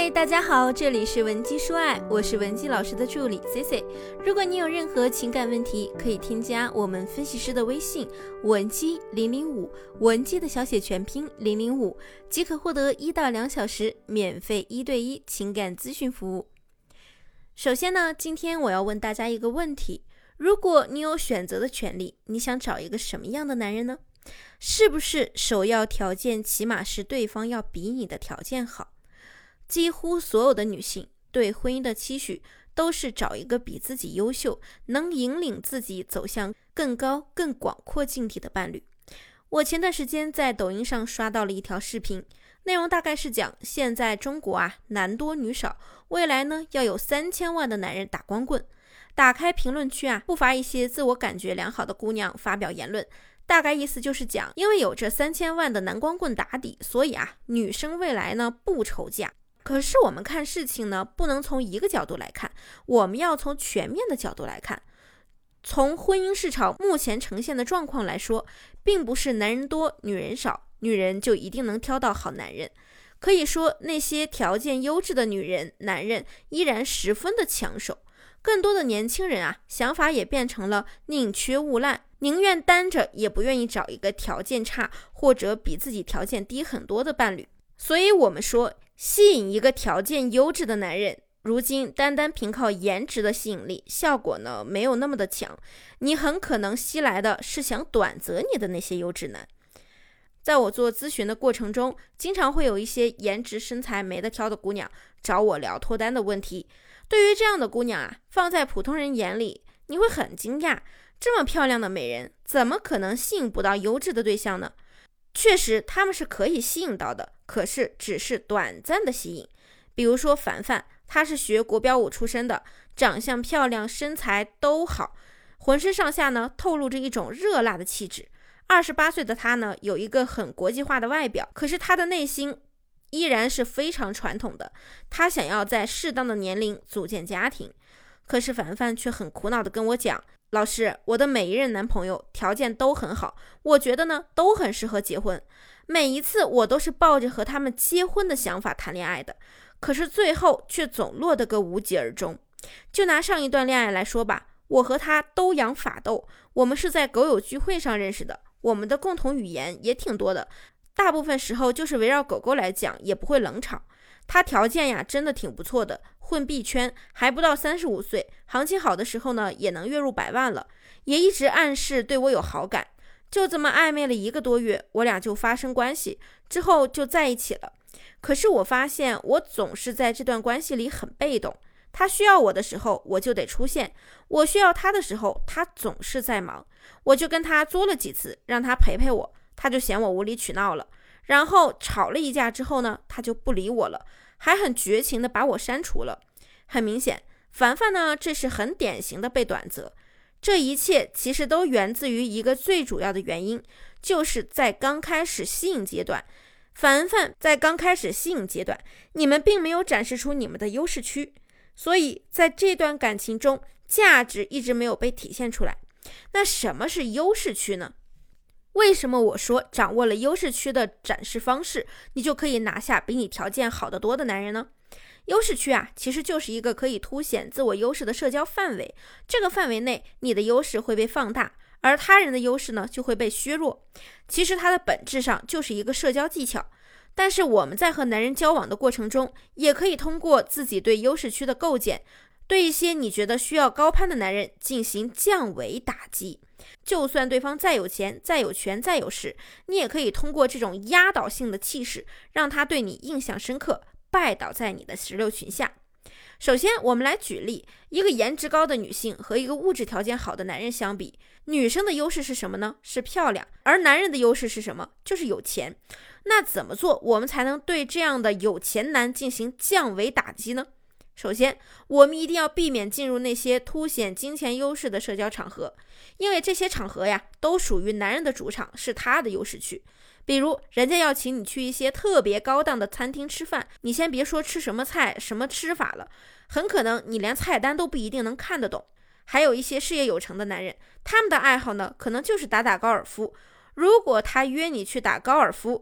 嗨，大家好，这里是文姬说爱，我是文姬老师的助理 Cici。如果你有任何情感问题，可以添加我们分析师的微信文姬005，文姬的小写全拼005，即可获得1到2小时免费1对1情感咨询服务。首先呢，今天我要问大家一个问题，如果你有选择的权利，你想找一个什么样的男人呢？是不是首要条件起码是对方要比你的条件好？几乎所有的女性对婚姻的期许都是找一个比自己优秀，能引领自己走向更高更广阔境地的伴侣。我前段时间在抖音上刷到了一条视频，内容大概是讲现在中国男多女少，未来呢要有3000万的男人打光棍。打开评论区不乏一些自我感觉良好的姑娘发表言论，大概意思就是讲，因为有这3000万的男光棍打底，所以女生未来呢不愁嫁。可是我们看事情呢，不能从一个角度来看，我们要从全面的角度来看。从婚姻市场目前呈现的状况来说，并不是男人多女人少，女人就一定能挑到好男人。可以说那些条件优质的女人男人依然十分的抢手。更多的年轻人想法也变成了宁缺毋滥，宁愿单着也不愿意找一个条件差或者比自己条件低很多的伴侣。所以我们说，吸引一个条件优质的男人，如今单单凭靠颜值的吸引力，效果呢没有那么的强，你很可能吸来的是想短择你的那些优质男。在我做咨询的过程中，经常会有一些颜值身材没得挑的姑娘找我聊脱单的问题。对于这样的姑娘放在普通人眼里，你会很惊讶，这么漂亮的美人怎么可能吸引不到优质的对象呢？确实他们是可以吸引到的，可是只是短暂的吸引。比如说凡凡，她是学国标舞出身的，长相漂亮，身材都好，浑身上下呢透露着一种热辣的气质。28岁的她呢，有一个很国际化的外表，可是她的内心依然是非常传统的，她想要在适当的年龄组建家庭。可是凡凡却很苦恼地跟我讲，老师，我的每一任男朋友条件都很好，我觉得呢都很适合结婚，每一次我都是抱着和他们结婚的想法谈恋爱的，可是最后却总落得个无疾而终。就拿上一段恋爱来说吧，我和他都养法斗，我们是在狗友聚会上认识的，我们的共同语言也挺多的，大部分时候就是围绕狗狗来讲，也不会冷场。他条件真的挺不错的，混币圈，还不到35岁，行情好的时候呢也能月入100万了，也一直暗示对我有好感。就这么暧昧了1个多月，我俩就发生关系，之后就在一起了。可是我发现我总是在这段关系里很被动，他需要我的时候我就得出现，我需要他的时候他总是在忙。我就跟他作了几次，让他陪陪我，他就嫌我无理取闹了，然后吵了一架之后呢，他就不理我了，还很绝情的把我删除了。很明显，凡凡呢，这是很典型的被短择。这一切其实都源自于一个最主要的原因，就是在刚开始吸引阶段，凡凡在刚开始吸引阶段，你们并没有展示出你们的优势区，所以在这段感情中，价值一直没有被体现出来。那什么是优势区呢？为什么我说掌握了优势区的展示方式，你就可以拿下比你条件好得多的男人呢？优势区其实就是一个可以凸显自我优势的社交范围，这个范围内你的优势会被放大，而他人的优势呢就会被削弱。其实它的本质上就是一个社交技巧，但是我们在和男人交往的过程中，也可以通过自己对优势区的构建，对一些你觉得需要高攀的男人进行降维打击。就算对方再有钱、再有权、再有势，你也可以通过这种压倒性的气势，让他对你印象深刻，拜倒在你的石榴裙下。首先我们来举例，一个颜值高的女性和一个物质条件好的男人相比，女生的优势是什么呢？是漂亮。而男人的优势是什么？就是有钱。那怎么做我们才能对这样的有钱男进行降维打击呢？首先，我们一定要避免进入那些凸显金钱优势的社交场合，因为这些场合都属于男人的主场，是他的优势区。比如人家要请你去一些特别高档的餐厅吃饭，你先别说吃什么菜什么吃法了，很可能你连菜单都不一定能看得懂。还有一些事业有成的男人，他们的爱好呢可能就是打打高尔夫。如果他约你去打高尔夫，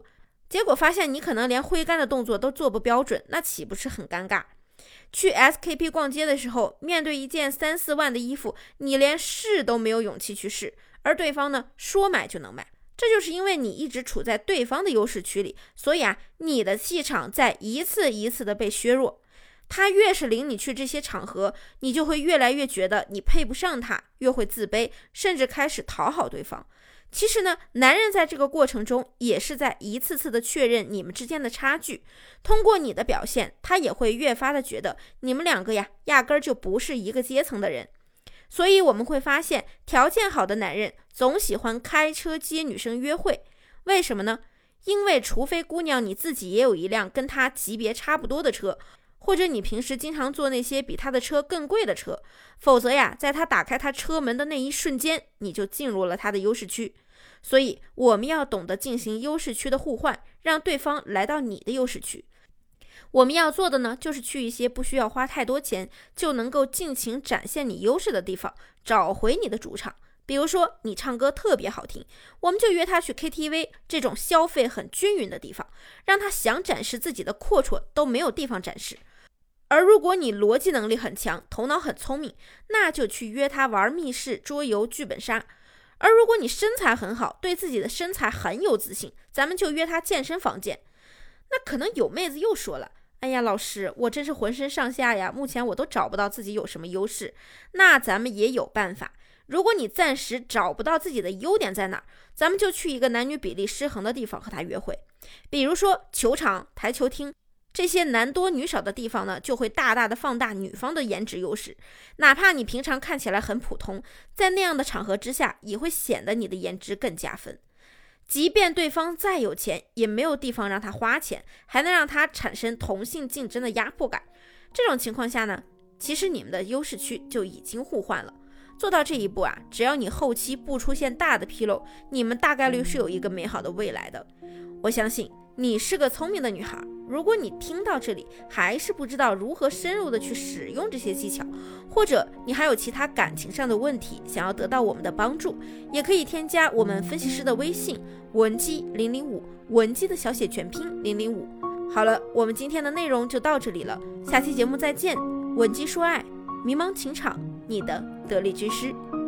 结果发现你可能连挥杆的动作都做不标准，那岂不是很尴尬？去 SKP 逛街的时候，面对一件3-4万的衣服，你连试都没有勇气去试，而对方呢，说买就能买。这就是因为你一直处在对方的优势区里，所以你的气场在一次一次的被削弱。他越是领你去这些场合，你就会越来越觉得你配不上他，越会自卑，甚至开始讨好对方。其实呢，男人在这个过程中也是在一次次的确认你们之间的差距。通过你的表现，他也会越发的觉得你们两个压根儿就不是一个阶层的人。所以我们会发现，条件好的男人总喜欢开车接女生约会。为什么呢？因为除非姑娘你自己也有一辆跟他级别差不多的车，或者你平时经常坐那些比他的车更贵的车，否则在他打开他车门的那一瞬间，你就进入了他的优势区。所以我们要懂得进行优势区的互换，让对方来到你的优势区。我们要做的呢，就是去一些不需要花太多钱就能够尽情展现你优势的地方，找回你的主场。比如说你唱歌特别好听，我们就约他去 KTV 这种消费很均匀的地方，让他想展示自己的阔绰都没有地方展示。而如果你逻辑能力很强，头脑很聪明，那就去约他玩密室、桌游、剧本杀。而如果你身材很好，对自己的身材很有自信，咱们就约他健身房见。那可能有妹子又说了，哎呀老师，我真是浑身上下目前我都找不到自己有什么优势。那咱们也有办法，如果你暂时找不到自己的优点在哪儿，咱们就去一个男女比例失衡的地方和他约会。比如说球场、台球厅，这些男多女少的地方呢，就会大大的放大女方的颜值优势。哪怕你平常看起来很普通，在那样的场合之下，也会显得你的颜值更加分。即便对方再有钱，也没有地方让他花钱，还能让他产生同性竞争的压迫感。这种情况下呢，其实你们的优势区就已经互换了。做到这一步只要你后期不出现大的纰漏，你们大概率是有一个美好的未来的。我相信你是个聪明的女孩，如果你听到这里还是不知道如何深入的去使用这些技巧，或者你还有其他感情上的问题想要得到我们的帮助，也可以添加我们分析师的微信文姬005，文姬的小写全拼005。好了，我们今天的内容就到这里了，下期节目再见。文姬说爱，迷茫情场，你的得力军师。